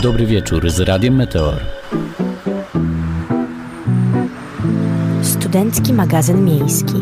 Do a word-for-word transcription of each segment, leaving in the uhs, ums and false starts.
Dobry wieczór z Radiem Meteor. Studencki magazyn miejski.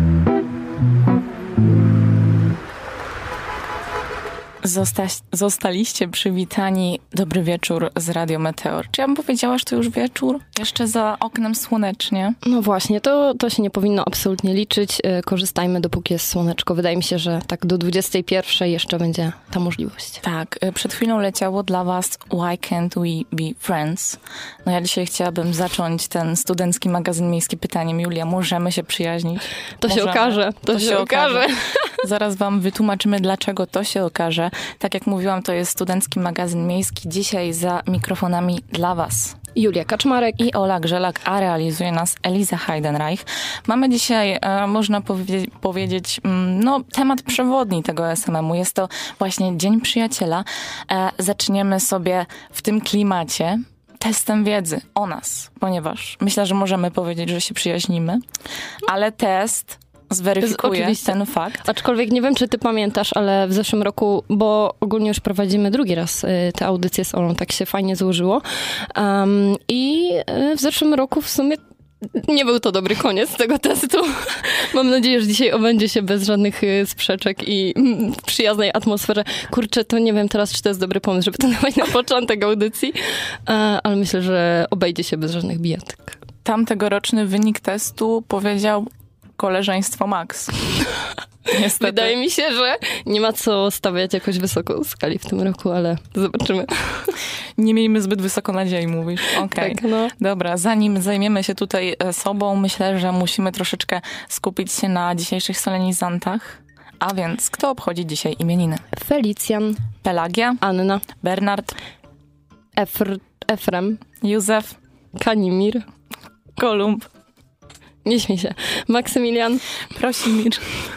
Zosta- zostaliście przywitani. Dobry wieczór z Radio Meteor. Czy ja bym powiedziała, że to już wieczór? Jeszcze za oknem słonecznie. No właśnie, to, to się nie powinno absolutnie liczyć. Korzystajmy, dopóki jest słoneczko. Wydaje mi się, że tak do dwudziestej pierwszej jeszcze będzie ta możliwość. Tak, przed chwilą leciało dla was Why Can't We Be Friends? No ja dzisiaj chciałabym zacząć ten studencki magazyn miejski pytaniem. Julia, możemy się przyjaźnić? To możemy? się okaże. To, to się, się okaże. okaże. Zaraz wam wytłumaczymy, dlaczego to się okaże. Tak jak mówiłam, to jest studencki magazyn miejski. Dzisiaj za mikrofonami dla was Julia Kaczmarek i Ola Grzelak, a realizuje nas Eliza Heidenreich. Mamy dzisiaj, e, można powie- powiedzieć, mm, no, temat przewodni tego S M M-u. Jest to właśnie Dzień Przyjaciela. E, zaczniemy sobie w tym klimacie testem wiedzy o nas, ponieważ myślę, że możemy powiedzieć, że się przyjaźnimy, ale test zweryfikuje Oczywiście. ten fakt. Aczkolwiek nie wiem, czy ty pamiętasz, ale w zeszłym roku, bo ogólnie już prowadzimy drugi raz y, tę audycję z Olą, tak się fajnie złożyło. Um, I y, w zeszłym roku w sumie nie był to dobry koniec tego testu. Mam nadzieję, że dzisiaj obędzie się bez żadnych y, sprzeczek i mm, w przyjaznej atmosferze. Kurczę, to nie wiem teraz, czy to jest dobry pomysł, żeby to dawać na początek audycji, uh, ale myślę, że obejdzie się bez żadnych bijatyk. Tamtegoroczny wynik testu powiedział koleżeństwo max. Niestety. Wydaje mi się, że nie ma co stawiać jakoś wysoko skali w tym roku, ale zobaczymy. Nie miejmy zbyt wysoko nadziei, mówisz. Okej. Tak, no. Dobra, zanim zajmiemy się tutaj sobą, myślę, że musimy troszeczkę skupić się na dzisiejszych solenizantach. A więc, kto obchodzi dzisiaj imieniny? Felicjan, Pelagia, Anna, Bernard, Efr, Efrem, Józef, Kanimir, Kolumb, nie śmiej się, Maksymilian, Prosimir,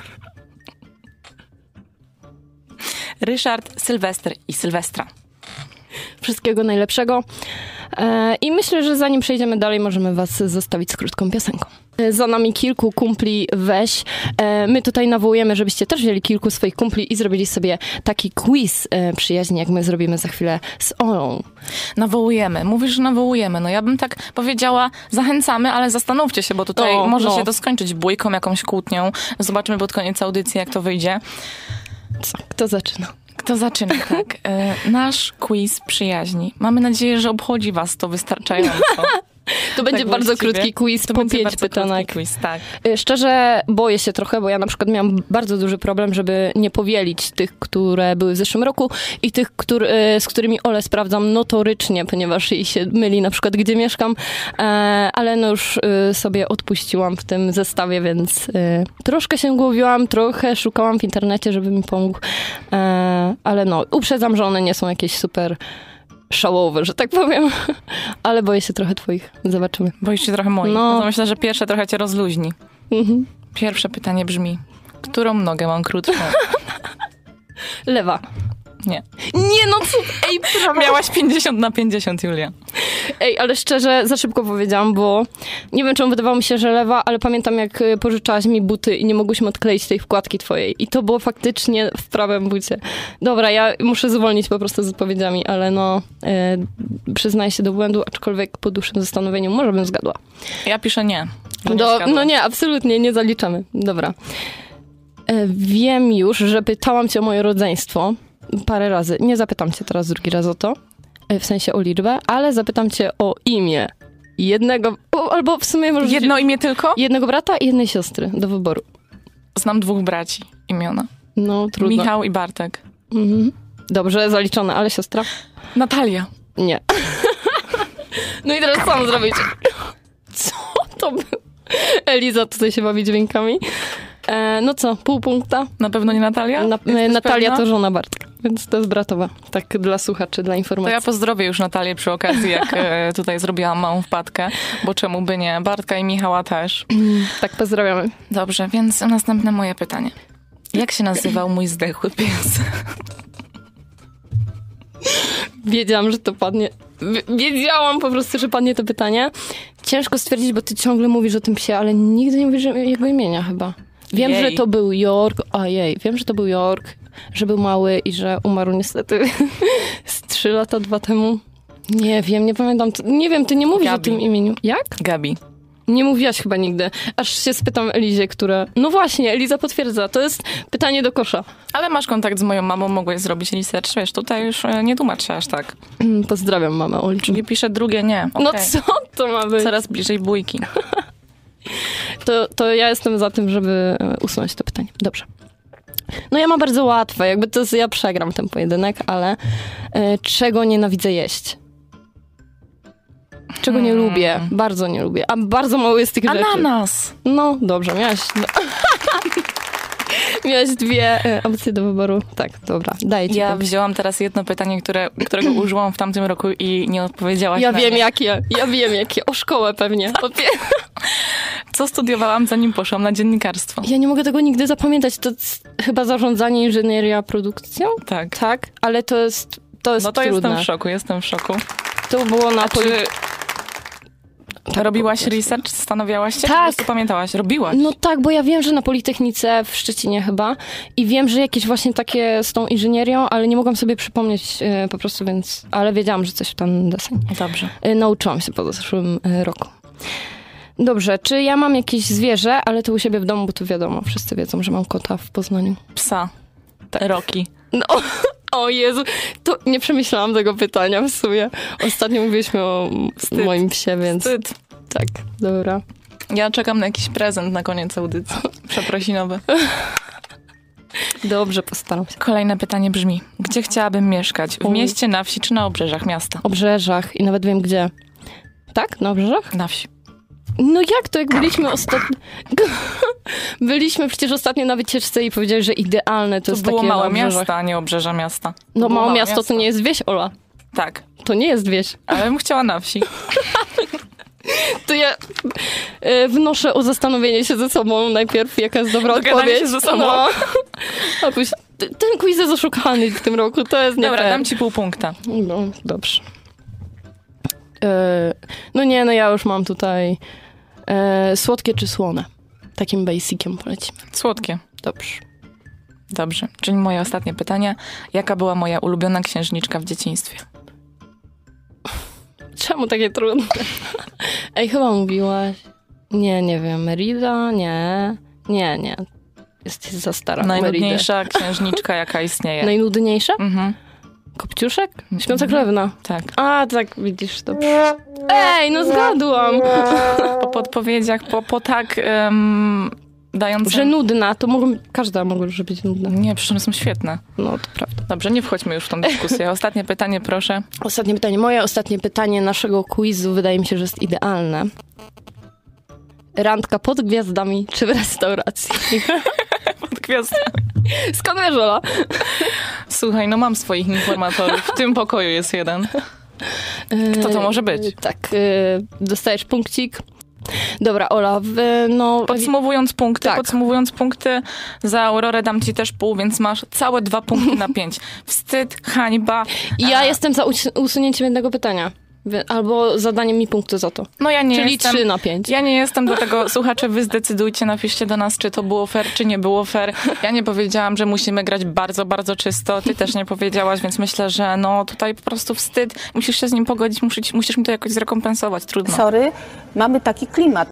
Ryszard, Sylwester i Sylwestra. Wszystkiego najlepszego. E, I myślę, że zanim przejdziemy dalej, możemy was zostawić z krótką piosenką. E, za nami kilku kumpli weź. E, my tutaj nawołujemy, żebyście też wzięli kilku swoich kumpli i zrobili sobie taki quiz e, przyjaźni, jak my zrobimy za chwilę z Olą. Nawołujemy. Mówisz, że nawołujemy. No ja bym tak powiedziała, zachęcamy, ale zastanówcie się, bo tutaj o, może no. się to skończyć bójką, jakąś kłótnią. Zobaczymy pod koniec audycji, jak to wyjdzie. Co? Kto zaczyna? Kto zaczyna, tak. E, nasz quiz przyjaźni. Mamy nadzieję, że obchodzi was to wystarczająco. To będzie tak bardzo właściwie. krótki quiz, to po będzie pięć pytanek. Quiz, tak. Szczerze boję się trochę, bo ja na przykład miałam bardzo duży problem, żeby nie powielić tych, które były w zeszłym roku i tych, który, z którymi Olę sprawdzam notorycznie, ponieważ jej się myli na przykład, gdzie mieszkam, ale no już sobie odpuściłam w tym zestawie, więc troszkę się głowiłam, trochę szukałam w internecie, żeby mi pomógł, ale no uprzedzam, że one nie są jakieś super szałowe, że tak powiem. Ale boję się trochę twoich. Zobaczymy. Boisz się trochę moich. No. No to myślę, że pierwsze trochę cię rozluźni. Mhm. Pierwsze pytanie brzmi, którą nogę mam krótszą? Lewa. Nie. Nie no co? Ej, prawa. Miałaś pięćdziesiąt na pięćdziesiąt, Julia. Ej, ale szczerze, za szybko powiedziałam, bo nie wiem, czemu wydawało mi się, że lewa, ale pamiętam, jak pożyczałaś mi buty i nie mogłyśmy odkleić tej wkładki twojej. I to było faktycznie w prawym bucie. Dobra, ja muszę zwolnić po prostu z odpowiedziami, ale no, e, przyznaję się do błędu, aczkolwiek po dłuższym zastanowieniu może bym zgadła. Ja piszę nie. nie Do, no nie, absolutnie, nie zaliczamy. Dobra. E, wiem już, że pytałam cię o moje rodzeństwo parę razy. Nie zapytam cię teraz drugi raz o to. W sensie o liczbę, ale zapytam cię o imię jednego, albo w sumie może... Jedno imię tylko? Jednego brata i jednej siostry do wyboru. Znam dwóch braci imiona. No, trudno. Michał i Bartek. Mhm. Dobrze, zaliczone, ale siostra? Natalia. Nie. No i teraz sam zrobić. Co to było? Eliza tutaj się bawi dźwiękami. E, no co, pół punkta? Na pewno nie Natalia? Na, Natalia pewna? To żona Bartka, więc to jest bratowa. Tak dla słuchaczy, dla informacji. To ja pozdrowię już Natalię przy okazji, jak e, tutaj zrobiłam małą wpadkę, bo czemu by nie? Bartka i Michała też. Tak, pozdrawiamy. Dobrze, więc następne moje pytanie. Jak się nazywał mój zdechły pies? Wiedziałam, że to padnie. Wiedziałam po prostu, że padnie to pytanie. Ciężko stwierdzić, bo ty ciągle mówisz o tym psie, ale nigdy nie mówisz jego imienia chyba. Wiem, jej. że to był York. Ojej, wiem, że to był York, że był mały i że umarł niestety z trzy lata, dwa temu. Nie wiem, nie pamiętam. Nie wiem, ty nie mówisz Gabi. o tym imieniu. Jak? Gabi. Nie mówiłaś chyba nigdy. Aż się spytam Elizie, która... No właśnie, Eliza potwierdza. To jest pytanie do kosza. Ale masz kontakt z moją mamą, mogłeś zrobić research. Wiesz, tutaj już e, nie tłumacz się aż tak. Pozdrawiam mamę Oli. Czyli piszę drugie nie. No Okej. co to ma być? Coraz bliżej bójki. To, to ja jestem za tym, żeby e, usunąć to pytanie. Dobrze. No ja mam bardzo łatwe. Jakby to jest, ja przegram ten pojedynek, ale e, czego nienawidzę jeść? Czego nie Hmm. lubię? Bardzo nie lubię. A bardzo mało jest tych rzeczy. Ananas. No, dobrze, miałaś... No. miałaś dwie e, opcje do wyboru. Tak, dobra, daję ci Ja punkt. wzięłam teraz jedno pytanie, które, którego użyłam w tamtym roku i nie odpowiedziałaś Ja na wiem nie. jakie, ja wiem jakie. O szkołę pewnie. O pie- Co studiowałam, zanim poszłam na dziennikarstwo? Ja nie mogę tego nigdy zapamiętać. To c- chyba zarządzanie, inżynieria, produkcją? Tak. Tak, ale to jest, to jest No to trudne. jestem w szoku, jestem w szoku. To było na Czy poli- robiłaś research? Zastanawiałaś się? Czy Tak. po prostu pamiętałaś? Robiłaś? No tak, bo ja wiem, że na Politechnice w Szczecinie chyba i wiem, że jakieś właśnie takie z tą inżynierią, ale nie mogłam sobie przypomnieć e, po prostu, więc... Ale wiedziałam, że coś w ten deseń. Dobrze. E, nauczyłam się po zeszłym e, roku. Dobrze, czy ja mam jakieś zwierzę, ale to u siebie w domu, bo to wiadomo, wszyscy wiedzą, że mam kota w Poznaniu. Psa. Roki. No, o Jezu, to nie przemyślałam tego pytania w sumie. Ostatnio mówiliśmy o Wstyd. moim psie, więc Wstyd. tak, dobra. Ja czekam na jakiś prezent na koniec audycji. Przeprosinowy. Dobrze, postaram się. Kolejne pytanie brzmi. Gdzie chciałabym mieszkać? W O. mieście, na wsi czy na obrzeżach miasta? Obrzeżach i nawet wiem gdzie. Tak? Na obrzeżach? Na wsi. No jak to, jak byliśmy ostatnio... byliśmy przecież ostatnio na wycieczce i powiedzieli, że idealne to, To jest było takie na małe obrzeżach. miasto, a nie obrzeża miasta. To No było małe miasto to nie jest wieś, Ola. Tak, To nie jest wieś. ale bym chciała na wsi. To ja e, wnoszę o zastanowienie się ze sobą najpierw, jaka jest dobra Dogadanie odpowiedź. się ze sobą. No. A później, t- ten quiz jest oszukany w tym roku, to jest nie Dobra, fair. dam ci pół punkta. No, dobrze. E, no nie, no ja już mam tutaj e, słodkie czy słone. Takim basiciem polecimy. Słodkie. Dobrze. Dobrze. Czyli moje ostatnie pytanie. Jaka była moja ulubiona księżniczka w dzieciństwie? Czemu takie trudne? Ej, chyba mówiłaś... Nie, nie wiem, Merida? Nie. Nie, nie. Jesteś za stara. Najnudniejsza księżniczka, jaka istnieje. Najnudniejsza? Mhm. Kopciuszek? Śpiąca Mhm. królewna. Tak. A, tak, widzisz, dobrze. Ej, no zgadłam. Po podpowiedziach, po, po tak um, dającym... Że nudna, to mogą, każda może być nudna. Nie, przecież one są świetne. No, to prawda. Dobrze, nie wchodźmy już w tą dyskusję. Ostatnie pytanie, proszę. Ostatnie pytanie. Moje ostatnie pytanie naszego quizu wydaje mi się, że jest idealne. Randka pod gwiazdami czy w restauracji? Pod gwiazdą. Skąd wiesz, Ola? Słuchaj, no mam swoich informatorów. W tym pokoju jest jeden. Kto to może być? Yy, tak, yy, dostajesz punkcik. Dobra, Ola, w, no... Podsumowując punkty, Tak. podsumowując punkty, za Aurorę dam ci też pół, więc masz całe dwa punkty na pięć. Wstyd, hańba. Ja A, jestem za us- usunięciem jednego pytania. Wy- Albo zadaniem mi punktu za to. No ja nie Czyli jestem... trzy na pięć. Ja nie jestem, dlatego słuchacze, wy zdecydujcie, napiszcie do nas, czy to było fair, czy nie było fair. Ja nie powiedziałam, że musimy grać bardzo, bardzo czysto. Ty też nie powiedziałaś, więc myślę, że no tutaj po prostu wstyd. Musisz się z nim pogodzić, musisz, musisz mi to jakoś zrekompensować. Trudno. Sorry, mamy taki klimat.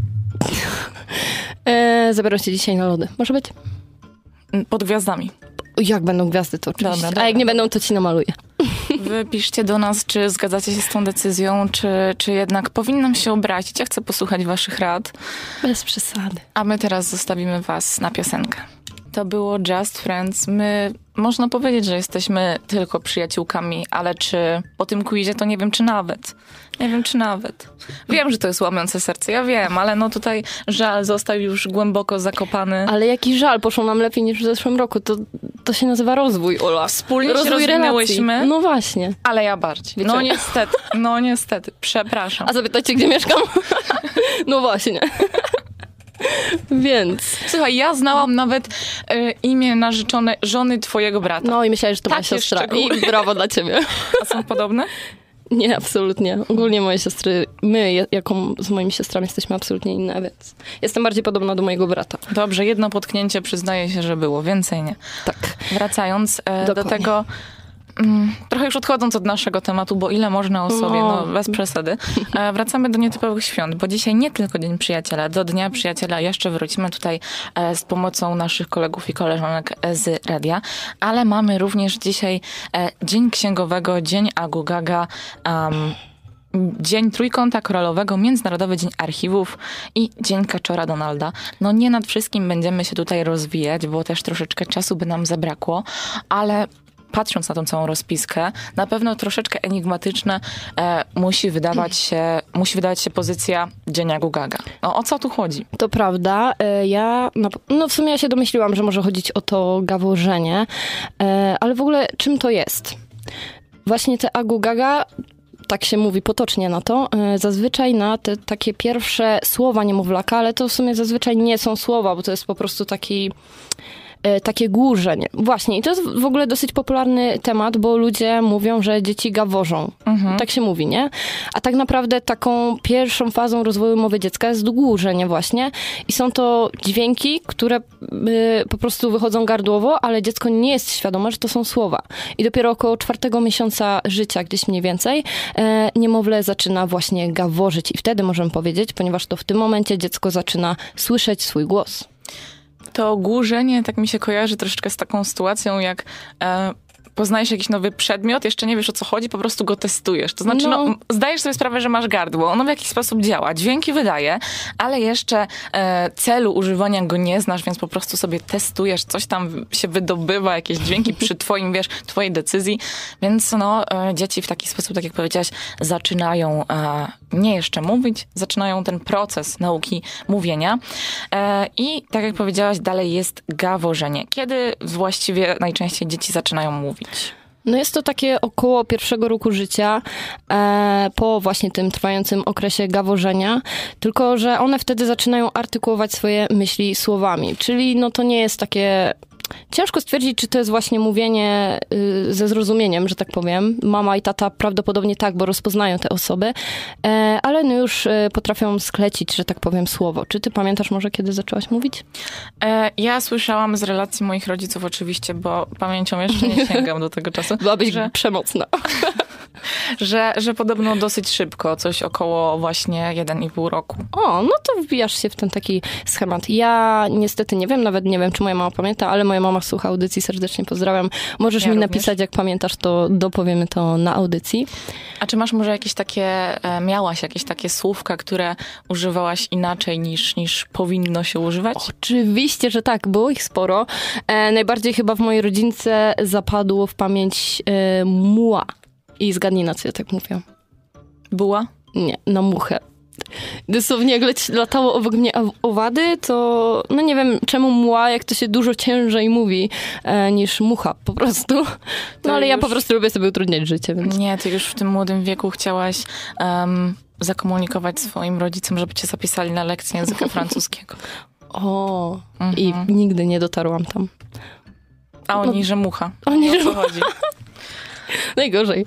E, zabiorę cię dzisiaj na lody. Może być? Pod gwiazdami. Jak będą gwiazdy, to oczywiście. Dobra, dobra. A jak nie będą, to ci namaluję. Wy piszcie do nas, czy zgadzacie się z tą decyzją, czy, czy jednak powinnam się obrazić. Ja chcę posłuchać waszych rad. Bez przesady. A my teraz zostawimy was na piosenkę. To było Just Friends. My, można powiedzieć, że jesteśmy tylko przyjaciółkami, ale czy po tym quizie to nie wiem, czy nawet. Nie wiem, czy nawet. Wiem, że to jest łamiące serce, ja wiem, ale no tutaj żal został już głęboko zakopany. Ale jaki żal, poszło nam lepiej niż w zeszłym roku. To, to się nazywa rozwój, Ola. Wspólnie się rozwój rozwinęłyśmy. relacji. No właśnie. Ale ja bardziej. Wiecie- No niestety, no niestety, przepraszam. A zapytajcie, gdzie mieszkam? No właśnie. Więc. Słuchaj, ja znałam nawet y, imię narzeczone żony twojego brata. No i myślałeś, że to moja Takie siostra. szczegóły. I brawo dla ciebie. A są podobne? Nie, absolutnie. Ogólnie moje siostry, my je- jaką z moimi siostrami jesteśmy absolutnie inne, więc jestem bardziej podobna do mojego brata. Dobrze, jedno potknięcie przyznaję się, że było, więcej nie. Tak. Wracając e, do Dokładnie. tego, mm, trochę już odchodząc od naszego tematu, bo ile można o sobie, no, no bez przesady, e, wracamy do nietypowych świąt, bo dzisiaj nie tylko Dzień Przyjaciela, do Dnia Przyjaciela jeszcze wrócimy tutaj e, z pomocą naszych kolegów i koleżanek z radia, ale mamy również dzisiaj e, Dzień Księgowego, Dzień Agu Gaga, um, Dzień Trójkąta Koralowego, Międzynarodowy Dzień Archiwów i Dzień Kaczora Donalda. No nie nad wszystkim będziemy się tutaj rozwijać, bo też troszeczkę czasu by nam zabrakło, ale patrząc na tą całą rozpiskę, na pewno troszeczkę enigmatyczne e, musi wydawać się, musi wydawać się pozycja Dzień Agu Gaga. No o co tu chodzi? To prawda. E, Ja, no, no w sumie ja się domyśliłam, że może chodzić o to gaworzenie, e, ale w ogóle czym to jest? Właśnie te Agu Gaga, tak się mówi potocznie na to, zazwyczaj na te takie pierwsze słowa niemowlaka, ale to w sumie zazwyczaj nie są słowa, bo to jest po prostu taki, takie głużenie. Właśnie, i to jest w ogóle dosyć popularny temat, bo ludzie mówią, że dzieci gaworzą. Mhm. Tak się mówi, nie? A tak naprawdę taką pierwszą fazą rozwoju mowy dziecka jest głużenie właśnie. I są to dźwięki, które y, po prostu wychodzą gardłowo, ale dziecko nie jest świadome, że to są słowa. I dopiero około czwartego miesiąca życia, gdzieś mniej więcej, e, niemowlę zaczyna właśnie gaworzyć. I wtedy możemy powiedzieć, ponieważ to w tym momencie dziecko zaczyna słyszeć swój głos. To głużenie tak mi się kojarzy troszeczkę z taką sytuacją, jak e, poznajesz jakiś nowy przedmiot, jeszcze nie wiesz o co chodzi, po prostu go testujesz. To znaczy, no, no zdajesz sobie sprawę, że masz gardło, ono w jakiś sposób działa, dźwięki wydaje, ale jeszcze e, celu używania go nie znasz, więc po prostu sobie testujesz, coś tam się wydobywa, jakieś dźwięki przy twoim, wiesz, twojej decyzji, więc no e, dzieci w taki sposób, tak jak powiedziałaś, zaczynają e, nie jeszcze mówić, zaczynają ten proces nauki mówienia e, i tak jak powiedziałaś, dalej jest gaworzenie. Kiedy właściwie najczęściej dzieci zaczynają mówić? No jest to takie około pierwszego roku życia, e, po właśnie tym trwającym okresie gaworzenia, tylko że one wtedy zaczynają artykułować swoje myśli słowami, czyli no to nie jest takie... Ciężko stwierdzić, czy to jest właśnie mówienie y, ze zrozumieniem, że tak powiem. Mama i tata prawdopodobnie tak, bo rozpoznają te osoby, e, ale no już y, potrafią sklecić, że tak powiem, słowo. Czy ty pamiętasz może, kiedy zaczęłaś mówić? E, ja słyszałam z relacji moich rodziców oczywiście, bo pamięcią jeszcze nie sięgam do tego czasu. Byłabyś że, przemocna. że, że podobno dosyć szybko, coś około właśnie jeden i pół roku. O, no to wbijasz się w ten taki schemat. Ja niestety nie wiem, nawet nie wiem, czy moja mama pamięta, ale moja mama słucha audycji, serdecznie pozdrawiam. Możesz ja mi również. napisać, jak pamiętasz, to dopowiemy to na audycji. A czy masz może jakieś takie, miałaś jakieś takie słówka, które używałaś inaczej niż, niż powinno się używać? Oczywiście, że tak, było ich sporo. E, najbardziej chyba w mojej rodzince zapadło w pamięć e, muła. I zgadnij, na co ja tak mówię. Była? Nie, na muchę. Dosłownie jak leci, latało obok mnie owady, to no nie wiem czemu muła, jak to się dużo ciężej mówi e, niż mucha po prostu. No to ale już... ja po prostu lubię sobie utrudniać życie, więc... Nie, ty już w tym młodym wieku chciałaś um, zakomunikować swoim rodzicom, żeby cię zapisali na lekcję języka francuskiego. O, mhm. I nigdy nie dotarłam tam. A oni, no, że mucha. Oni, nie że o co chodzi. Najgorzej.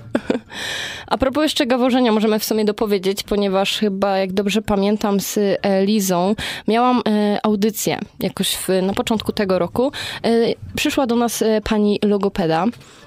A propos jeszcze gaworzenia możemy w sumie dopowiedzieć, ponieważ chyba, jak dobrze pamiętam, z Elizą miałam e, audycję jakoś w, na początku tego roku. E, przyszła do nas e, pani logopeda.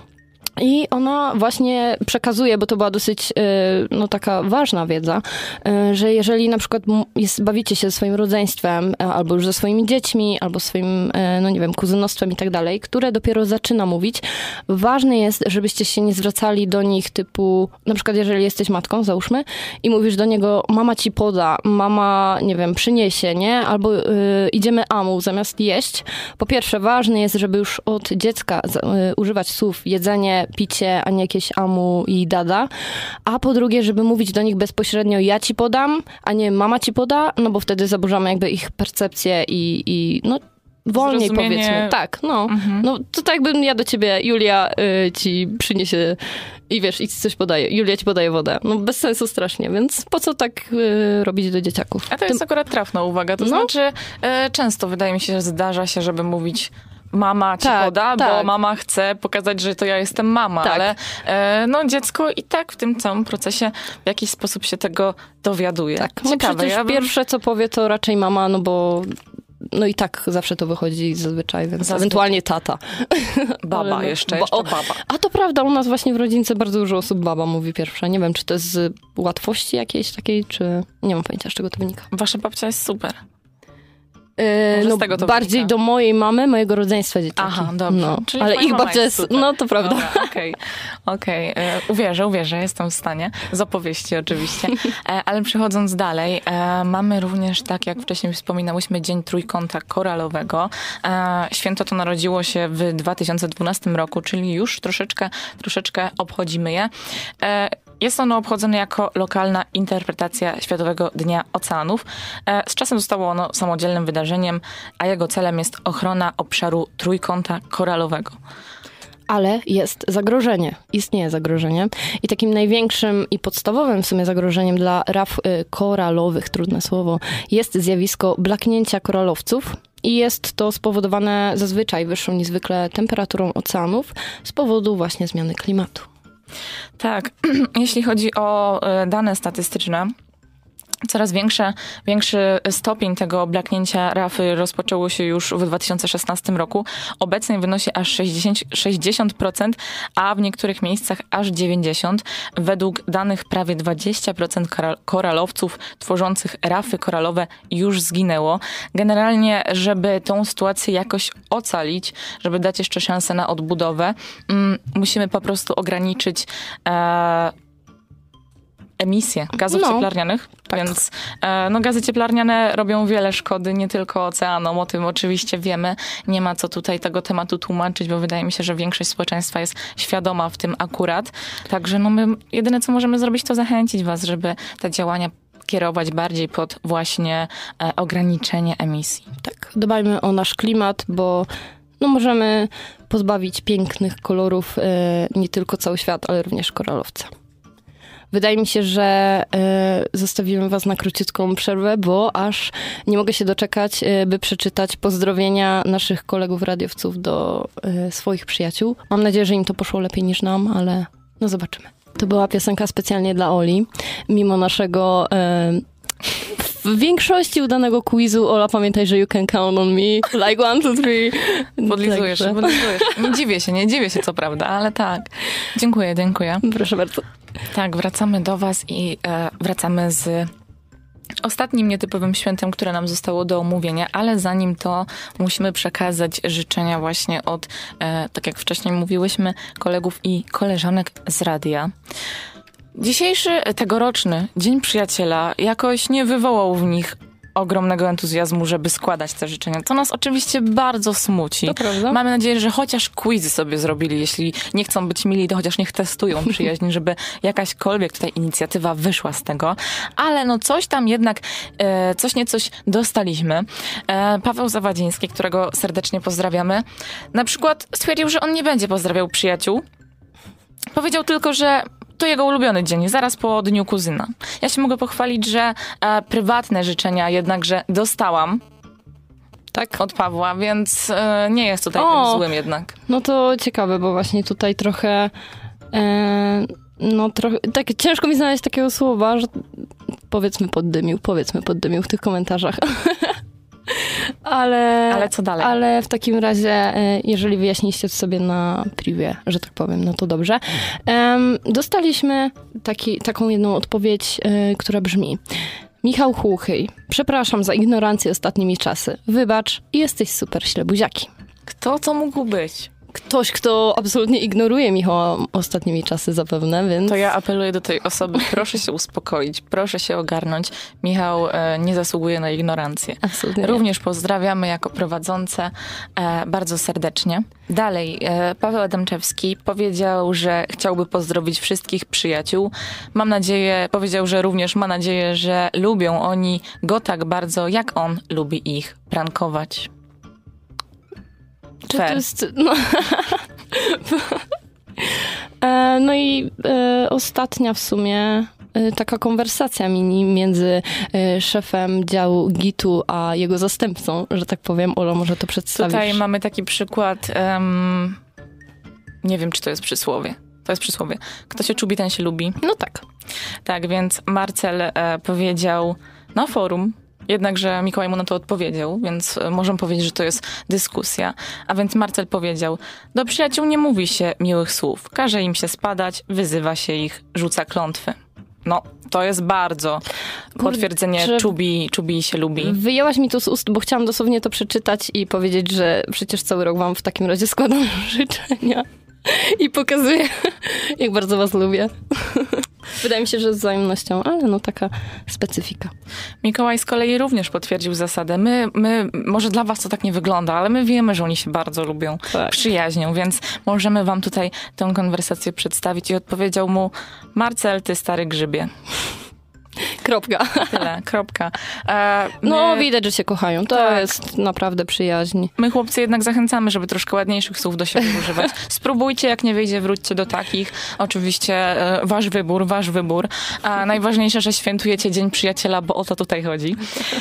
I ona właśnie przekazuje, bo to była dosyć no, taka ważna wiedza, że jeżeli na przykład jest, bawicie się ze swoim rodzeństwem, albo już ze swoimi dziećmi, albo swoim, no nie wiem, kuzynostwem i tak dalej, które dopiero zaczyna mówić, ważne jest, żebyście się nie zwracali do nich typu, na przykład jeżeli jesteś matką, załóżmy, i mówisz do niego, mama ci poda, mama, nie wiem, przyniesie, nie? Albo y, idziemy amu zamiast jeść. Po pierwsze, ważne jest, żeby już od dziecka y, używać słów jedzenie, picie, a nie jakieś amu i dada. A po drugie, żeby mówić do nich bezpośrednio ja ci podam, a nie mama ci poda, no bo wtedy zaburzamy jakby ich percepcję i, i no wolniej powiedzmy. Tak, no. Mhm. No to tak jakbym ja do ciebie, Julia, y, ci przyniesie i wiesz, i ci coś podaje. Julia ci podaje wodę. No bez sensu strasznie, więc po co tak y, robić do dzieciaków? A to jest Tym... akurat trafna uwaga. To no. znaczy y, często wydaje mi się, że zdarza się, żeby mówić mama ci tak, poda, tak. bo mama chce pokazać, że to ja jestem mama, tak. ale e, no dziecko i tak w tym całym procesie w jakiś sposób się tego dowiaduje. Tak, no ciekawe. Przecież ja bym... pierwsze co powie to raczej mama, no bo no i tak zawsze to wychodzi zazwyczaj, więc Zazwyczaj. ewentualnie tata. Baba Ale no, jeszcze, bo- jeszcze o, baba. A to prawda, u nas właśnie w rodzince bardzo dużo osób baba mówi pierwsza. Nie wiem, czy to jest z łatwości jakiejś takiej, czy... Nie mam pojęcia, z czego to wynika. Wasza babcia jest super. Yy, Może no, z tego to bardziej wynika. do mojej mamy, mojego rodzeństwa dzieciaki. Aha, dobrze. No. Czyli Ale twoja ich mama babcia jest jest... super. No, to prawda. Dobra, Okej, okej. E, Uwierzę, uwierzę, jestem w stanie. Z opowieści oczywiście. E, Ale przechodząc dalej, e, mamy również, tak jak wcześniej wspominałyśmy, Dzień Trójkąta Koralowego. E, Święto to narodziło się w dwa tysiące dwunastym roku, czyli już troszeczkę, troszeczkę obchodzimy je. E, Jest ono obchodzone jako lokalna interpretacja Światowego Dnia Oceanów. E, Z czasem zostało ono samodzielnym wydarzeniem, a jego celem jest ochrona obszaru Trójkąta Koralowego. Ale jest zagrożenie, istnieje zagrożenie i takim największym i podstawowym w sumie zagrożeniem dla raf y, koralowych, trudne słowo, jest zjawisko blaknięcia koralowców i jest to spowodowane zazwyczaj wyższą niezwykle temperaturą oceanów z powodu właśnie zmiany klimatu. Tak, jeśli chodzi o e, dane statystyczne, coraz większe, większy stopień tego blaknięcia rafy rozpoczęło się już w dwa tysiące szesnastym roku. Obecnie wynosi aż sześćdziesiąt, sześćdziesiąt procent, a w niektórych miejscach aż dziewięćdziesiąt procent. Według danych prawie dwadzieścia procent koral- koralowców tworzących rafy koralowe już zginęło. Generalnie, żeby tą sytuację jakoś ocalić, żeby dać jeszcze szansę na odbudowę, mm, musimy po prostu ograniczyć e, emisję gazów No, cieplarnianych, więc e, no, gazy cieplarniane robią wiele szkody, nie tylko oceanom, o tym oczywiście wiemy. Nie ma co tutaj tego tematu tłumaczyć, bo wydaje mi się, że większość społeczeństwa jest świadoma w tym akurat. Także no, my jedyne, co możemy zrobić, to zachęcić was, żeby te działania kierować bardziej pod właśnie e, ograniczenie emisji. Tak, dbajmy o nasz klimat, bo no, możemy pozbawić pięknych kolorów y, nie tylko cały świat, ale również koralowce. Wydaje mi się, że y, zostawimy was na króciutką przerwę, bo aż nie mogę się doczekać, y, by przeczytać pozdrowienia naszych kolegów radiowców do y, swoich przyjaciół. Mam nadzieję, że im to poszło lepiej niż nam, ale no zobaczymy. To była piosenka specjalnie dla Oli. Mimo naszego y, w większości udanego quizu, Ola, pamiętaj, że you can count on me. Like one, two, three. Podlizujesz, Także- podlizujesz. Nie dziwię się, nie dziwię się co prawda, ale tak. Dziękuję, dziękuję. Proszę bardzo. Tak, wracamy do was i e, wracamy z ostatnim nietypowym świętem, które nam zostało do omówienia, ale zanim to musimy przekazać życzenia właśnie od, e, tak jak wcześniej mówiłyśmy, kolegów i koleżanek z radia. Dzisiejszy, tegoroczny Dzień Przyjaciela jakoś nie wywołał w nich ogromnego entuzjazmu, żeby składać te życzenia. To nas oczywiście bardzo smuci. To prawda. Mamy nadzieję, że chociaż quizy sobie zrobili. Jeśli nie chcą być mili, to chociaż niech testują przyjaźń, żeby jakaśkolwiek tutaj inicjatywa wyszła z tego. Ale no coś tam jednak, e, coś nie coś dostaliśmy. E, Paweł Zawadziński, którego serdecznie pozdrawiamy, na przykład stwierdził, że on nie będzie pozdrawiał przyjaciół. Powiedział tylko, że to jego ulubiony dzień, zaraz po Dniu Kuzyna. Ja się mogę pochwalić, że e, prywatne życzenia jednakże dostałam Tak? od Pawła, więc e, nie jest tutaj O! tym złym jednak. No to ciekawe, bo właśnie tutaj trochę e, no trochę, tak ciężko mi znaleźć takiego słowa, że powiedzmy poddymił, powiedzmy poddymił w tych komentarzach. ale, Ale co dalej? Ale w takim razie, e, jeżeli wyjaśniliście to sobie na privie, że tak powiem, no to dobrze. Em, dostaliśmy taki, taką jedną odpowiedź, e, która brzmi: Michał Hłuchyj, przepraszam za ignorancję ostatnimi czasy. Wybacz, jesteś super ślebuziaki. Kto to mógł być? Ktoś, kto absolutnie ignoruje Michała ostatnimi czasy zapewne, więc... To ja apeluję do tej osoby, proszę się uspokoić, proszę się ogarnąć. Michał e, nie zasługuje na ignorancję. Absolutnie nie. Również pozdrawiamy jako prowadzące e, bardzo serdecznie. Dalej, e, Paweł Adamczewski powiedział, że chciałby pozdrowić wszystkich przyjaciół. Mam nadzieję, powiedział, że również ma nadzieję, że lubią oni go tak bardzo, jak on lubi ich prankować. Czy Fair. to jest... No, e, no i e, ostatnia w sumie e, taka konwersacja mini między e, szefem działu gitu a jego zastępcą, że tak powiem. Ola, może to przedstawisz? Tutaj mamy taki przykład, um, nie wiem, czy to jest przysłowie. To jest przysłowie. Kto się czubi, ten się lubi. No tak. Tak, więc Marcel e, powiedział na forum, Jednakże Mikołaj mu na to odpowiedział, więc możemy powiedzieć, że to jest dyskusja. A więc Marcel powiedział: do przyjaciół nie mówi się miłych słów. Każe im się spadać, wyzywa się ich, rzuca klątwy. No, to jest bardzo potwierdzenie Kurczę, czubi, czubi się lubi. Wyjęłaś mi to z ust, bo chciałam dosłownie to przeczytać i powiedzieć, że przecież cały rok wam w takim razie składam życzenia i pokazuję, jak bardzo was lubię. Wydaje mi się, że z wzajemnością, ale no taka specyfika. Mikołaj z kolei również potwierdził zasadę. My, my, może dla was to tak nie wygląda, ale my wiemy, że oni się bardzo lubią, Tak. przyjaźnią, więc możemy wam tutaj tę konwersację przedstawić. I odpowiedział mu: Marcel, ty stary grzybie. Kropka. Tyle, kropka. E, my, No widać, że się kochają. To Tak. jest naprawdę przyjaźń. my chłopcy jednak zachęcamy, żeby troszkę ładniejszych słów do siebie używać. Spróbujcie, jak nie wyjdzie, wróćcie do takich. Oczywiście e, wasz wybór, wasz wybór. A najważniejsze, że świętujecie Dzień Przyjaciela, bo o to tutaj chodzi.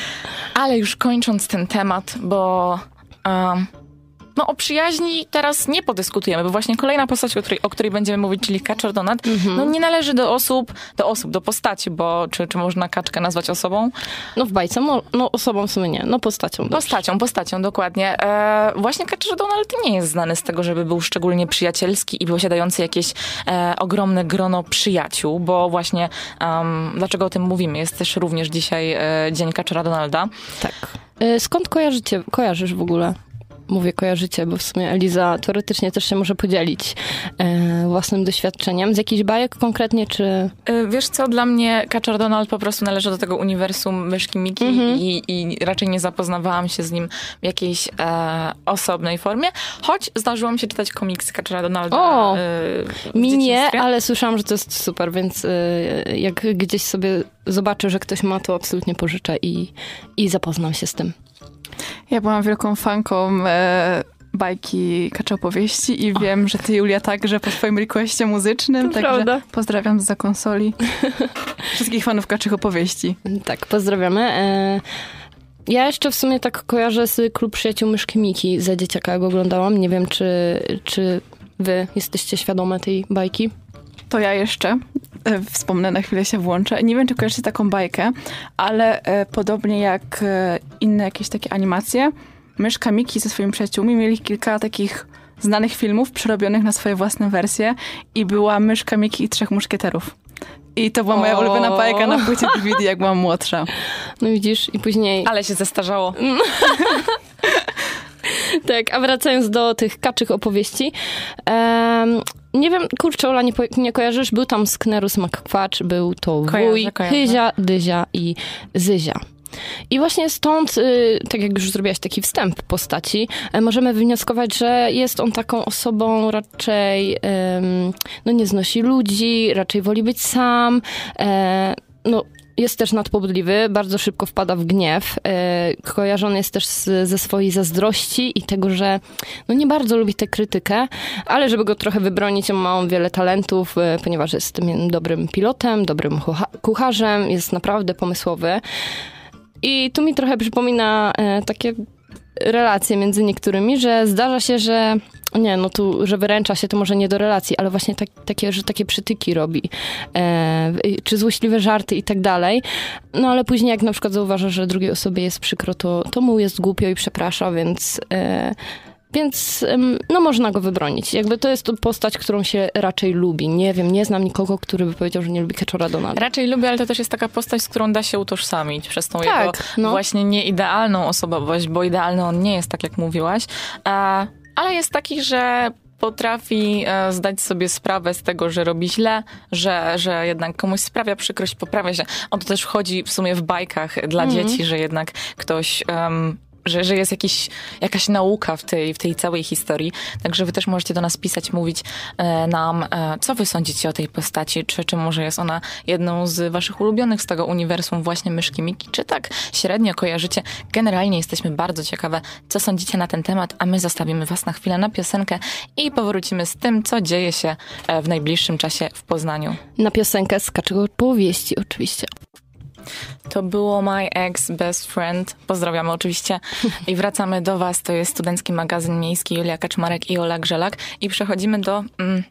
Ale już kończąc ten temat, bo... Um, No o przyjaźni teraz nie podyskutujemy, bo właśnie kolejna postać, o której, o której będziemy mówić, czyli Kaczor Donat, Mhm. no nie należy do osób, do osób, do postaci, bo czy, czy można kaczkę nazwać osobą? No w bajce, mo- no osobą w sumie nie, no postacią. dobrze. Postacią, postacią, dokładnie. E, właśnie Kaczor Donald nie jest znany z tego, żeby był szczególnie przyjacielski i posiadający jakieś e, ogromne grono przyjaciół, bo właśnie, um, dlaczego o tym mówimy? Jest też również dzisiaj e, Dzień Kaczora Donalda. Tak. Y, Skąd kojarzycie, kojarzysz w ogóle? Mówię kojarzycie, bo w sumie Eliza teoretycznie też się może podzielić e, własnym doświadczeniem. Z jakichś bajek konkretnie, czy... E, Wiesz co, dla mnie Kaczor Donald po prostu należy do tego uniwersum Myszki Miki Mhm. i, i raczej nie zapoznawałam się z nim w jakiejś e, osobnej formie, choć zdarzyło mi się czytać komiksy Kaczora Donalda. O! e, w Mi nie, dzieciństwie. ale słyszałam, że to jest super, więc y, jak gdzieś sobie zobaczę, że ktoś ma, to absolutnie pożyczę i, i zapoznam się z tym. Ja byłam wielką fanką e, bajki Kaczy Opowieści i wiem, że ty, Julia, także po swoim requestie muzycznym, To także prawda. pozdrawiam zza konsoli wszystkich fanów Kaczych Opowieści. Tak, pozdrawiamy. E, ja jeszcze w sumie tak kojarzę z Klub Przyjaciół Myszki Miki. Za dzieciaka jak oglądałam. Nie wiem, czy, czy wy jesteście świadome tej bajki. To ja jeszcze e, wspomnę, na chwilę się włączę. Nie wiem, czy kojarzycie taką bajkę, ale e, podobnie jak e, inne jakieś takie animacje, Myszka Miki ze swoimi przyjaciółmi mieli kilka takich znanych filmów przerobionych na swoje własne wersje i była Myszka Miki i Trzech Muszkieterów. I to była moja O. ulubiona bajka na płycie D V D, jak byłam młodsza. No widzisz, i później... Ale się zestarzało. Tak, a wracając do tych kaczych opowieści, em, nie wiem, kurczę, Ola, nie, po, nie kojarzysz? Był tam Sknerus McQuatch, był to Kojarzę, wuj, kojarzę. Hyzia, Dyzia i Zyzia. I właśnie stąd, y, tak jak już zrobiłaś taki wstęp postaci, e, możemy wywnioskować, że jest on taką osobą raczej, em, no nie znosi ludzi, raczej woli być sam, e, no jest też nadpobudliwy, bardzo szybko wpada w gniew. E, kojarzony jest też z, ze swojej zazdrości i tego, że no nie bardzo lubi tę krytykę, ale żeby go trochę wybronić, ma on wiele talentów, e, ponieważ jest tym dobrym pilotem, dobrym kucha- kucharzem, jest naprawdę pomysłowy. I tu mi trochę przypomina e, takie relacje między niektórymi, że zdarza się, że nie, no tu, że wyręcza się, to może nie do relacji, ale właśnie tak, takie, że takie przytyki robi, e, czy złośliwe żarty i tak dalej. No ale później jak na przykład zauważa, że drugiej osobie jest przykro, to, to mu jest głupio i przeprasza, więc... E, Więc no można go wybronić. Jakby to jest to postać, którą się raczej lubi. Nie wiem, nie znam nikogo, który by powiedział, że nie lubi Kaczora Donalda. Raczej lubię, ale to też jest taka postać, z którą da się utożsamić przez tą Tak, jego no. właśnie nieidealną osobowość, bo idealny on nie jest, tak jak mówiłaś, e, ale jest taki, że potrafi e, zdać sobie sprawę z tego, że robi źle, że, że jednak komuś sprawia przykrość, poprawia się. O to też wchodzi w sumie w bajkach dla Mhm. dzieci, że jednak ktoś... Um, Że, że jest jakiś, jakaś nauka w tej, w tej całej historii. Także wy też możecie do nas pisać, mówić e, nam, e, co wy sądzicie o tej postaci, czy, czy może jest ona jedną z waszych ulubionych z tego uniwersum właśnie Myszki Miki, czy tak średnio kojarzycie. Generalnie jesteśmy bardzo ciekawe, co sądzicie na ten temat, a my zostawimy was na chwilę na piosenkę i powrócimy z tym, co dzieje się e, w najbliższym czasie w Poznaniu. Na piosenkę z Kaczego Opowieści oczywiście. To było My Ex Best Friend. Pozdrawiamy oczywiście. I wracamy do was. To jest Studencki Magazyn Miejski, Julia Kaczmarek i Ola Grzelak. I przechodzimy do mm,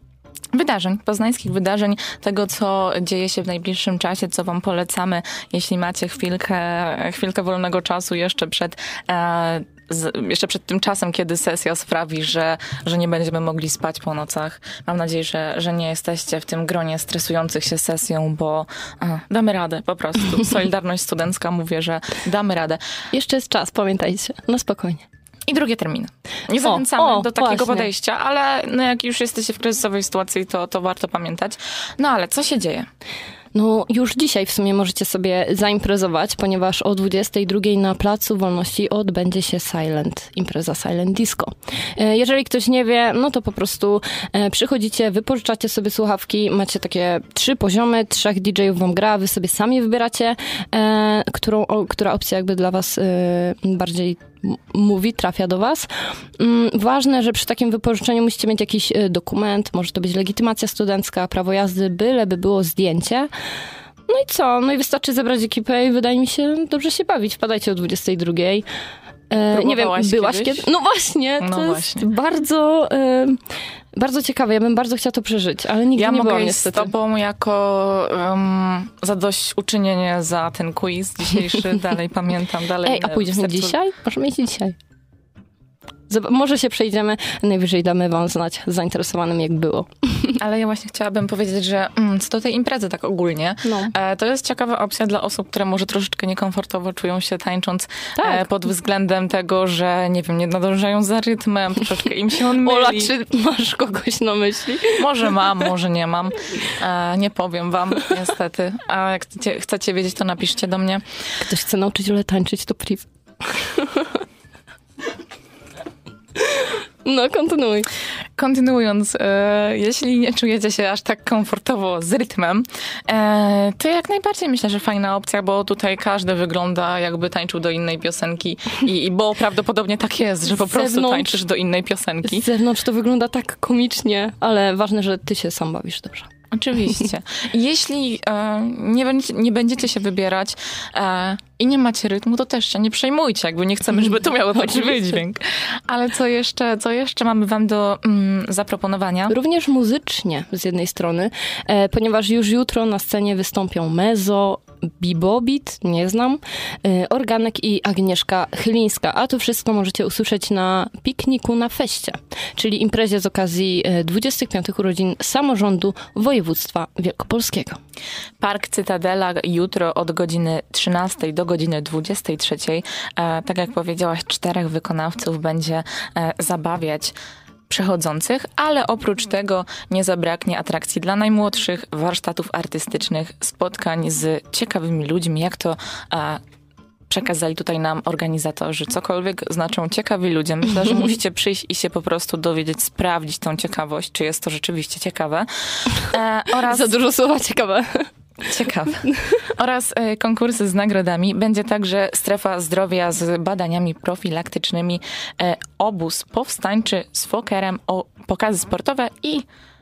wydarzeń, poznańskich wydarzeń, tego, co dzieje się w najbliższym czasie, co wam polecamy, jeśli macie chwilkę, chwilkę wolnego czasu jeszcze przed e, Z, jeszcze przed tym czasem, kiedy sesja sprawi, że, że nie będziemy mogli spać po nocach. Mam nadzieję, że, że nie jesteście w tym gronie stresujących się sesją, bo a, damy radę po prostu. Solidarność studencka, mówię, że damy radę. Jeszcze jest czas, pamiętajcie. No spokojnie. I drugie terminy. Nie zachęcamy o, o, do takiego właśnie. podejścia, ale no jak już jesteście w kryzysowej sytuacji, to, to warto pamiętać. No ale co się dzieje? No już dzisiaj w sumie możecie sobie zaimprezować, ponieważ o dwudziestej drugiej na Placu Wolności odbędzie się Silent, impreza Silent Disco. E, Jeżeli ktoś nie wie, no to po prostu e, przychodzicie, wypożyczacie sobie słuchawki, macie takie trzy poziomy, trzech D J-ów wam gra, wy sobie sami wybieracie, e, którą, o, która opcja jakby dla was e, bardziej m- mówi, trafia do was. Mm, Ważne, że przy takim wypożyczeniu musicie mieć jakiś e, dokument, może to być legitymacja studencka, prawo jazdy, byleby było zdjęcie. No i co? No i wystarczy zebrać ekipę i wydaje mi się dobrze się bawić. Wpadajcie o dwudziestej drugiej. E, nie wiem, Próbowałaś byłaś kiedyś? kiedy? No właśnie, No to właśnie. jest bardzo, e, bardzo ciekawe. Ja bym bardzo chciała to przeżyć, ale nigdy Ja nie mogę byłam iść niestety. z tobą jako um, zadośćuczynienie za ten quiz dzisiejszy. Dalej pamiętam. Dalej Ej, a pójdziemy sercu- dzisiaj? Możemy iść dzisiaj. Zob- może się przejdziemy, najwyżej damy wam znać zainteresowanym, jak było. Ale ja właśnie chciałabym powiedzieć, że mm, co do tej imprezy tak ogólnie, No. e, to jest ciekawa opcja dla osób, które może troszeczkę niekomfortowo czują się tańcząc Tak. e, pod względem tego, że nie wiem, nie nadążają za rytmem, troszeczkę im się on myli. Ola, czy masz kogoś na myśli? Może mam, może nie mam. E, nie powiem wam, niestety. A jak chcecie, chcecie wiedzieć, to napiszcie do mnie. Ktoś chce nauczyć Ole tańczyć, to priv. No, kontynuuj. Kontynuując, e, jeśli nie czujecie się aż tak komfortowo z rytmem, e, to jak najbardziej myślę, że fajna opcja, bo tutaj każdy wygląda jakby tańczył do innej piosenki i, i bo prawdopodobnie tak jest, że po Z prostu zewnątrz- tańczysz do innej piosenki. Z zewnątrz to wygląda tak komicznie, ale ważne, że ty się sam bawisz dobrze. Oczywiście. Jeśli e, nie, będziecie, nie będziecie się wybierać e, i nie macie rytmu, to też się nie przejmujcie, jakby nie chcemy, żeby to miało taki Oczywiście. wydźwięk. Ale co jeszcze, co jeszcze mamy wam do mm, zaproponowania? Również muzycznie z jednej strony, e, ponieważ już jutro na scenie wystąpią Mezo, Bibobit, nie znam, e, Organek i Agnieszka Chylińska, a to wszystko możecie usłyszeć na pikniku na feście, czyli imprezie z okazji e, dwudziestych piątych urodzin samorządu województwa wielkopolskiego. Park Cytadela jutro od godziny trzynastej do godziny dwudziestej trzeciej. E, tak jak powiedziałaś, czterech wykonawców będzie e, zabawiać przechodzących, ale oprócz tego nie zabraknie atrakcji dla najmłodszych, warsztatów artystycznych, spotkań z ciekawymi ludźmi, jak to e, przekazali tutaj nam organizatorzy. Cokolwiek znaczą ciekawi ludzie. Myślę, że musicie przyjść i się po prostu dowiedzieć, sprawdzić tą ciekawość, czy jest to rzeczywiście ciekawe. E, oraz... Za dużo słowa ciekawe. Ciekawe. Oraz e, konkursy z nagrodami. Będzie także strefa zdrowia z badaniami profilaktycznymi, e, obóz powstańczy z fokerem, o, pokazy sportowe i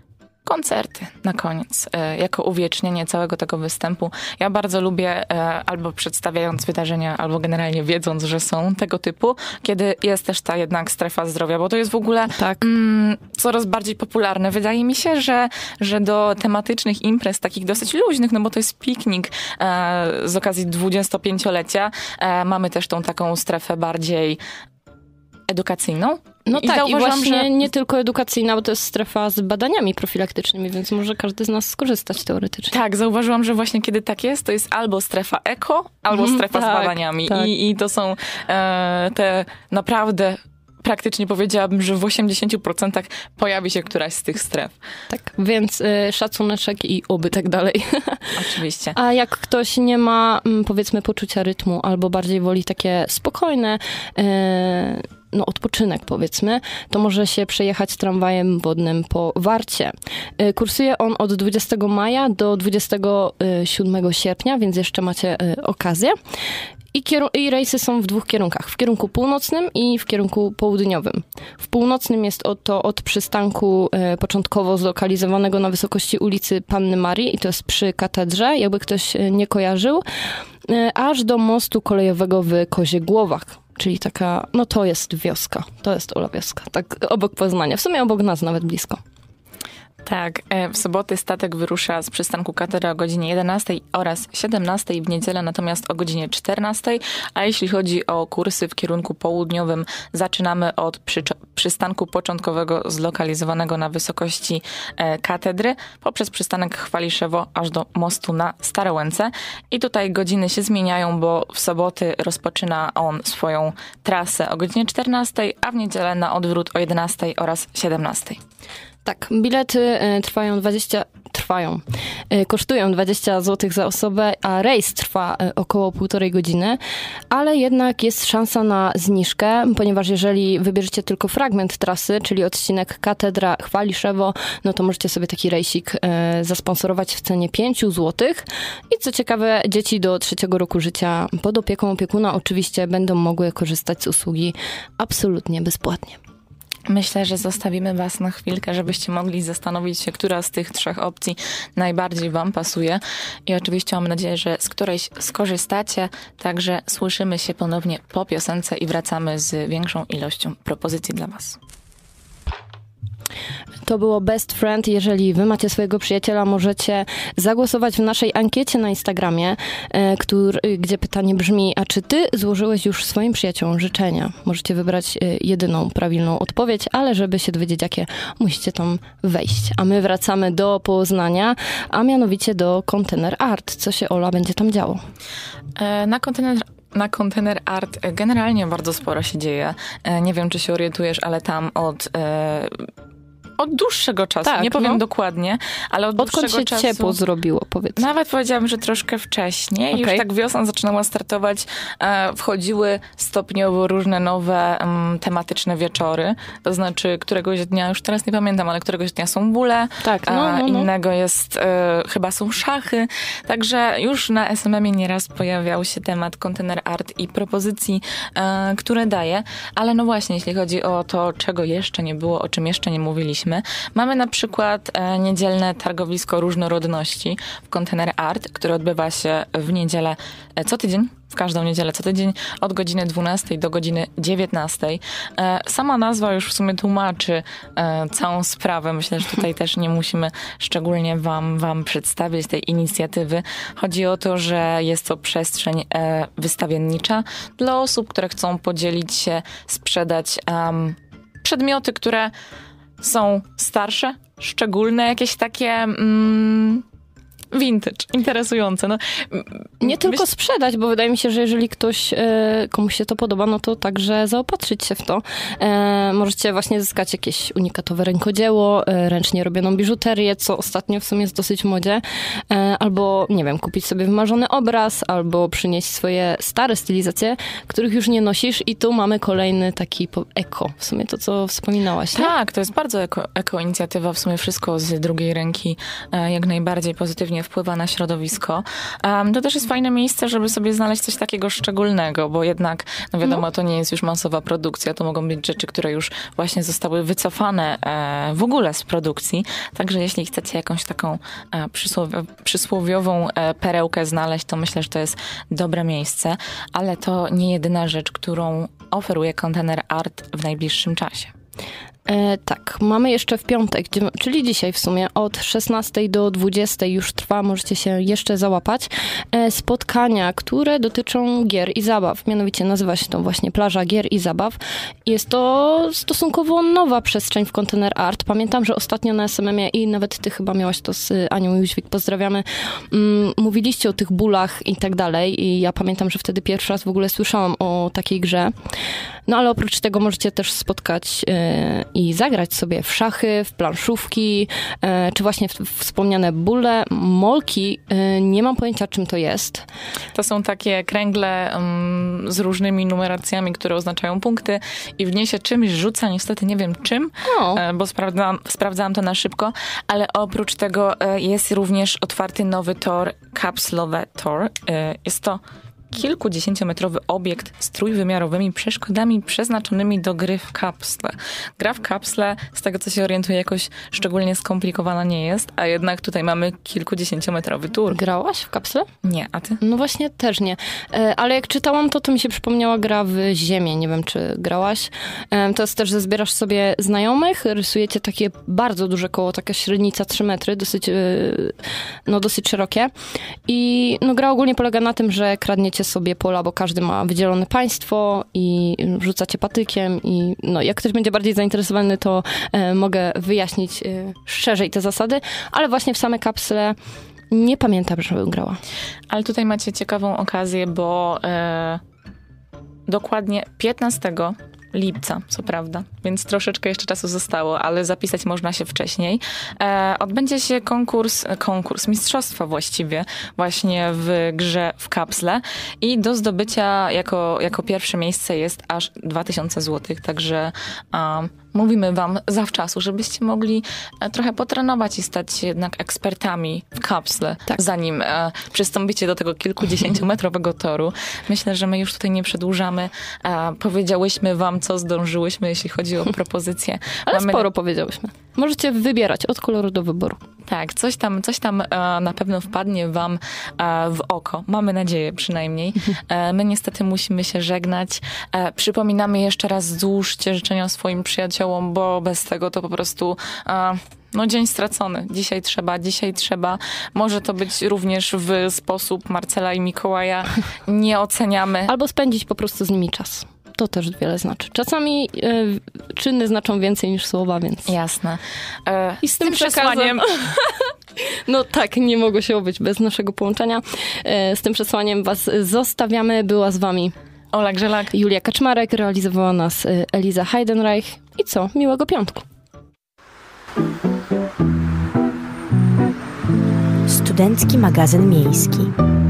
koncerty na koniec, e, jako uwiecznienie całego tego występu. Ja bardzo lubię, e, albo przedstawiając wydarzenia, albo generalnie wiedząc, że są tego typu, kiedy jest też ta jednak strefa zdrowia, bo to jest w ogóle Tak. mm, coraz bardziej popularne. Wydaje mi się, że, że do tematycznych imprez, takich dosyć luźnych, no bo to jest piknik e, z okazji dwudziestopięciolecia, e, mamy też tą taką strefę bardziej edukacyjną. No I tak, i zauważyłam, właśnie że- nie tylko edukacyjna, bo to jest strefa z badaniami profilaktycznymi, więc może każdy z nas skorzystać teoretycznie. Tak, zauważyłam, że właśnie kiedy tak jest, to jest albo strefa eko, albo Mhm, strefa z tak, badaniami. tak. I, I to są e, te naprawdę, praktycznie powiedziałabym, że w osiemdziesięciu procentach pojawi się któraś z tych stref. Tak, więc y, szacuneczek i oby tak dalej. Oczywiście. A jak ktoś nie ma, mm, powiedzmy, poczucia rytmu, albo bardziej woli takie spokojne, y, no odpoczynek powiedzmy, to może się przejechać tramwajem wodnym po Warcie. Y, Kursuje on od dwudziestego maja do dwudziestego siódmego sierpnia, więc jeszcze macie y, okazję. I, kieru- I rejsy są w dwóch kierunkach. W kierunku północnym i w kierunku południowym. W północnym jest o- to od przystanku e, początkowo zlokalizowanego na wysokości ulicy Panny Marii i to jest przy katedrze, jakby ktoś e, nie kojarzył, e, aż do mostu kolejowego w Koziegłowach. Czyli taka, no to jest wioska. To jest Ola wioska. Tak obok Poznania. W sumie obok nas nawet blisko. Tak, e, w soboty statek wyrusza z przystanku Katedra o godzinie jedenastej oraz siedemnastej, w niedzielę natomiast o godzinie czternastej, a jeśli chodzi o kursy w kierunku południowym, zaczynamy od przy, przystanku początkowego zlokalizowanego na wysokości e, Katedry, poprzez przystanek Chwaliszewo aż do mostu na Stare Łęce. I tutaj godziny się zmieniają, bo w soboty rozpoczyna on swoją trasę o godzinie czternastej, a w niedzielę na odwrót o jedenastej oraz siedemnastej. Tak, bilety y, trwają dwadzieścia, trwają, y, kosztują dwadzieścia złotych za osobę, a rejs trwa y, około półtorej godziny, ale jednak jest szansa na zniżkę, ponieważ jeżeli wybierzecie tylko fragment trasy, czyli odcinek Katedra Chwaliszewo, no to możecie sobie taki rejsik y, zasponsorować w cenie pięć złotych i co ciekawe, dzieci do trzeciego roku życia pod opieką opiekuna oczywiście będą mogły korzystać z usługi absolutnie bezpłatnie. Myślę, że zostawimy was na chwilkę, żebyście mogli zastanowić się, która z tych trzech opcji najbardziej wam pasuje. I oczywiście mam nadzieję, że z którejś skorzystacie. Także słyszymy się ponownie po piosence i wracamy z większą ilością propozycji dla was. To było Best Friend. Jeżeli wy macie swojego przyjaciela, możecie zagłosować w naszej ankiecie na Instagramie, który, gdzie pytanie brzmi, a czy ty złożyłeś już swoim przyjaciołom życzenia? Możecie wybrać jedyną prawilną odpowiedź, ale żeby się dowiedzieć jakie, musicie tam wejść. A my wracamy do Poznania, a mianowicie do Container Art. Co się, Ola, będzie tam działo? Na Container Na Container Art generalnie bardzo sporo się dzieje. Nie wiem, czy się orientujesz, ale tam od... Od dłuższego czasu, tak, nie powiem no. dokładnie, ale od Odkąd dłuższego się czasu... ciepło zrobiło, powiedz. Nawet powiedziałabym, że troszkę wcześniej. Okay. Już tak wiosna zaczynała startować. E, wchodziły stopniowo różne nowe um, tematyczne wieczory. To znaczy któregoś dnia, już teraz nie pamiętam, ale któregoś dnia są bóle. Tak, no, no, no. Innego jest, e, chyba są szachy. Także już na S M M ie nieraz pojawiał się temat Container Art i propozycji, e, które daje. Ale no właśnie, jeśli chodzi o to, czego jeszcze nie było, o czym jeszcze nie mówiliśmy, mamy na przykład e, niedzielne targowisko różnorodności w Container Art, które odbywa się w niedzielę e, co tydzień. W każdą niedzielę co tydzień od godziny dwunastej do godziny dziewiętnastej. E, sama nazwa już w sumie tłumaczy e, całą sprawę. Myślę, że tutaj też nie musimy szczególnie wam, wam przedstawić tej inicjatywy. Chodzi o to, że jest to przestrzeń e, wystawiennicza dla osób, które chcą podzielić się, sprzedać um, przedmioty, które są starsze, szczególne, jakieś takie mm, vintage, interesujące. No, nie tylko myśl... sprzedać, bo wydaje mi się, że jeżeli ktoś, e, komuś się to podoba, no to także zaopatrzyć się w to. E, możecie właśnie zyskać jakieś unikatowe rękodzieło, e, ręcznie robioną biżuterię, co ostatnio w sumie jest dosyć w modzie. E, albo, nie wiem, kupić sobie wymarzony obraz, albo przynieść swoje stare stylizacje, których już nie nosisz i tu mamy kolejny taki eko, w sumie to, co wspominałaś. Nie? Tak, to jest bardzo eko, eko inicjatywa, w sumie wszystko z drugiej ręki e, jak najbardziej pozytywnie wpływa na środowisko. Um, to też jest fajne miejsce, żeby sobie znaleźć coś takiego szczególnego, bo jednak, no wiadomo, no. to nie jest już masowa produkcja, to mogą być rzeczy, które już właśnie zostały wycofane e, w ogóle z produkcji. Także jeśli chcecie jakąś taką e, przysłowi- przysłowiową e, perełkę znaleźć, to myślę, że to jest dobre miejsce, ale to nie jedyna rzecz, którą oferuje Container Art w najbliższym czasie. E, tak, mamy jeszcze w piątek, czyli dzisiaj w sumie, od szesnastej do dwudziestej już trwa, możecie się jeszcze załapać, e, spotkania, które dotyczą gier i zabaw. Mianowicie nazywa się to właśnie Plaża Gier i Zabaw. Jest to stosunkowo nowa przestrzeń w Container Art. Pamiętam, że ostatnio na S M M ie i nawet ty chyba miałaś to z Anią Jóźwik, pozdrawiamy, mm, mówiliście o tych bólach i tak dalej i ja pamiętam, że wtedy pierwszy raz w ogóle słyszałam o takiej grze. No ale oprócz tego możecie też spotkać yy, i zagrać sobie w szachy, w planszówki, yy, czy właśnie w, wspomniane bóle, molki. Yy, nie mam pojęcia, czym to jest. To są takie kręgle um, z różnymi numeracjami, które oznaczają punkty i w nie się czymś rzuca, niestety nie wiem czym, no. yy, bo sprawdzałam, sprawdzałam to na szybko, ale oprócz tego yy, jest również otwarty nowy tor, kapsulowy tor. Yy, jest to kilkudziesięciometrowy obiekt z trójwymiarowymi przeszkodami przeznaczonymi do gry w kapsle. Gra w kapsle, z tego co się orientuję, jakoś szczególnie skomplikowana nie jest, a jednak tutaj mamy kilkudziesięciometrowy tur. Grałaś w kapsle? Nie, a ty? No właśnie też nie. E, Ale jak czytałam to, to mi się przypomniała gra w Ziemię. Nie wiem, czy grałaś. E, To jest też, że zbierasz sobie znajomych, rysujecie takie bardzo duże koło, taka średnica trzy metry, dosyć, e, no, dosyć szerokie. I no, gra ogólnie polega na tym, że kradniecie sobie pola, bo każdy ma wydzielone państwo i rzucacie patykiem i no, jak ktoś będzie bardziej zainteresowany, to e, mogę wyjaśnić e, szerzej te zasady, ale właśnie w same kapsle nie pamiętam, żebym grała. Ale tutaj macie ciekawą okazję, bo e, dokładnie piętnastego lipca, co prawda, więc troszeczkę jeszcze czasu zostało, ale zapisać można się wcześniej. E, odbędzie się konkurs, konkurs, mistrzostwa właściwie, właśnie w grze w kapsle i do zdobycia jako, jako pierwsze miejsce jest aż dwa tysiące złotych, także um, mówimy wam zawczasu, żebyście mogli e, trochę potrenować i stać się jednak ekspertami w kapsle, Tak. zanim e, przystąpicie do tego kilkudziesięciometrowego toru. Myślę, że my już tutaj nie przedłużamy. E, powiedziałyśmy wam, co zdążyłyśmy, jeśli chodzi o propozycje. Ale Mamy- sporo powiedziałyśmy. Możecie wybierać od koloru do wyboru. Tak, coś tam, coś tam e, na pewno wpadnie wam e, w oko. Mamy nadzieję przynajmniej. E, my niestety musimy się żegnać. E, przypominamy jeszcze raz, złóżcie życzenia swoim przyjaciołom, bo bez tego to po prostu... E, No dzień stracony. Dzisiaj trzeba, dzisiaj trzeba. Może to być również w sposób Marcela i Mikołaja. Nie oceniamy. Albo spędzić po prostu z nimi czas. To też wiele znaczy. Czasami e, czyny znaczą więcej niż słowa, więc... Jasne. E, I z tym przesłaniem No tak, nie mogło się obyć bez naszego połączenia. E, Z tym przesłaniem was zostawiamy. Była z wami Ola Grzelak. Julia Kaczmarek, realizowała nas e, Eliza Heidenreich. I co? Miłego piątku. Studencki magazyn miejski.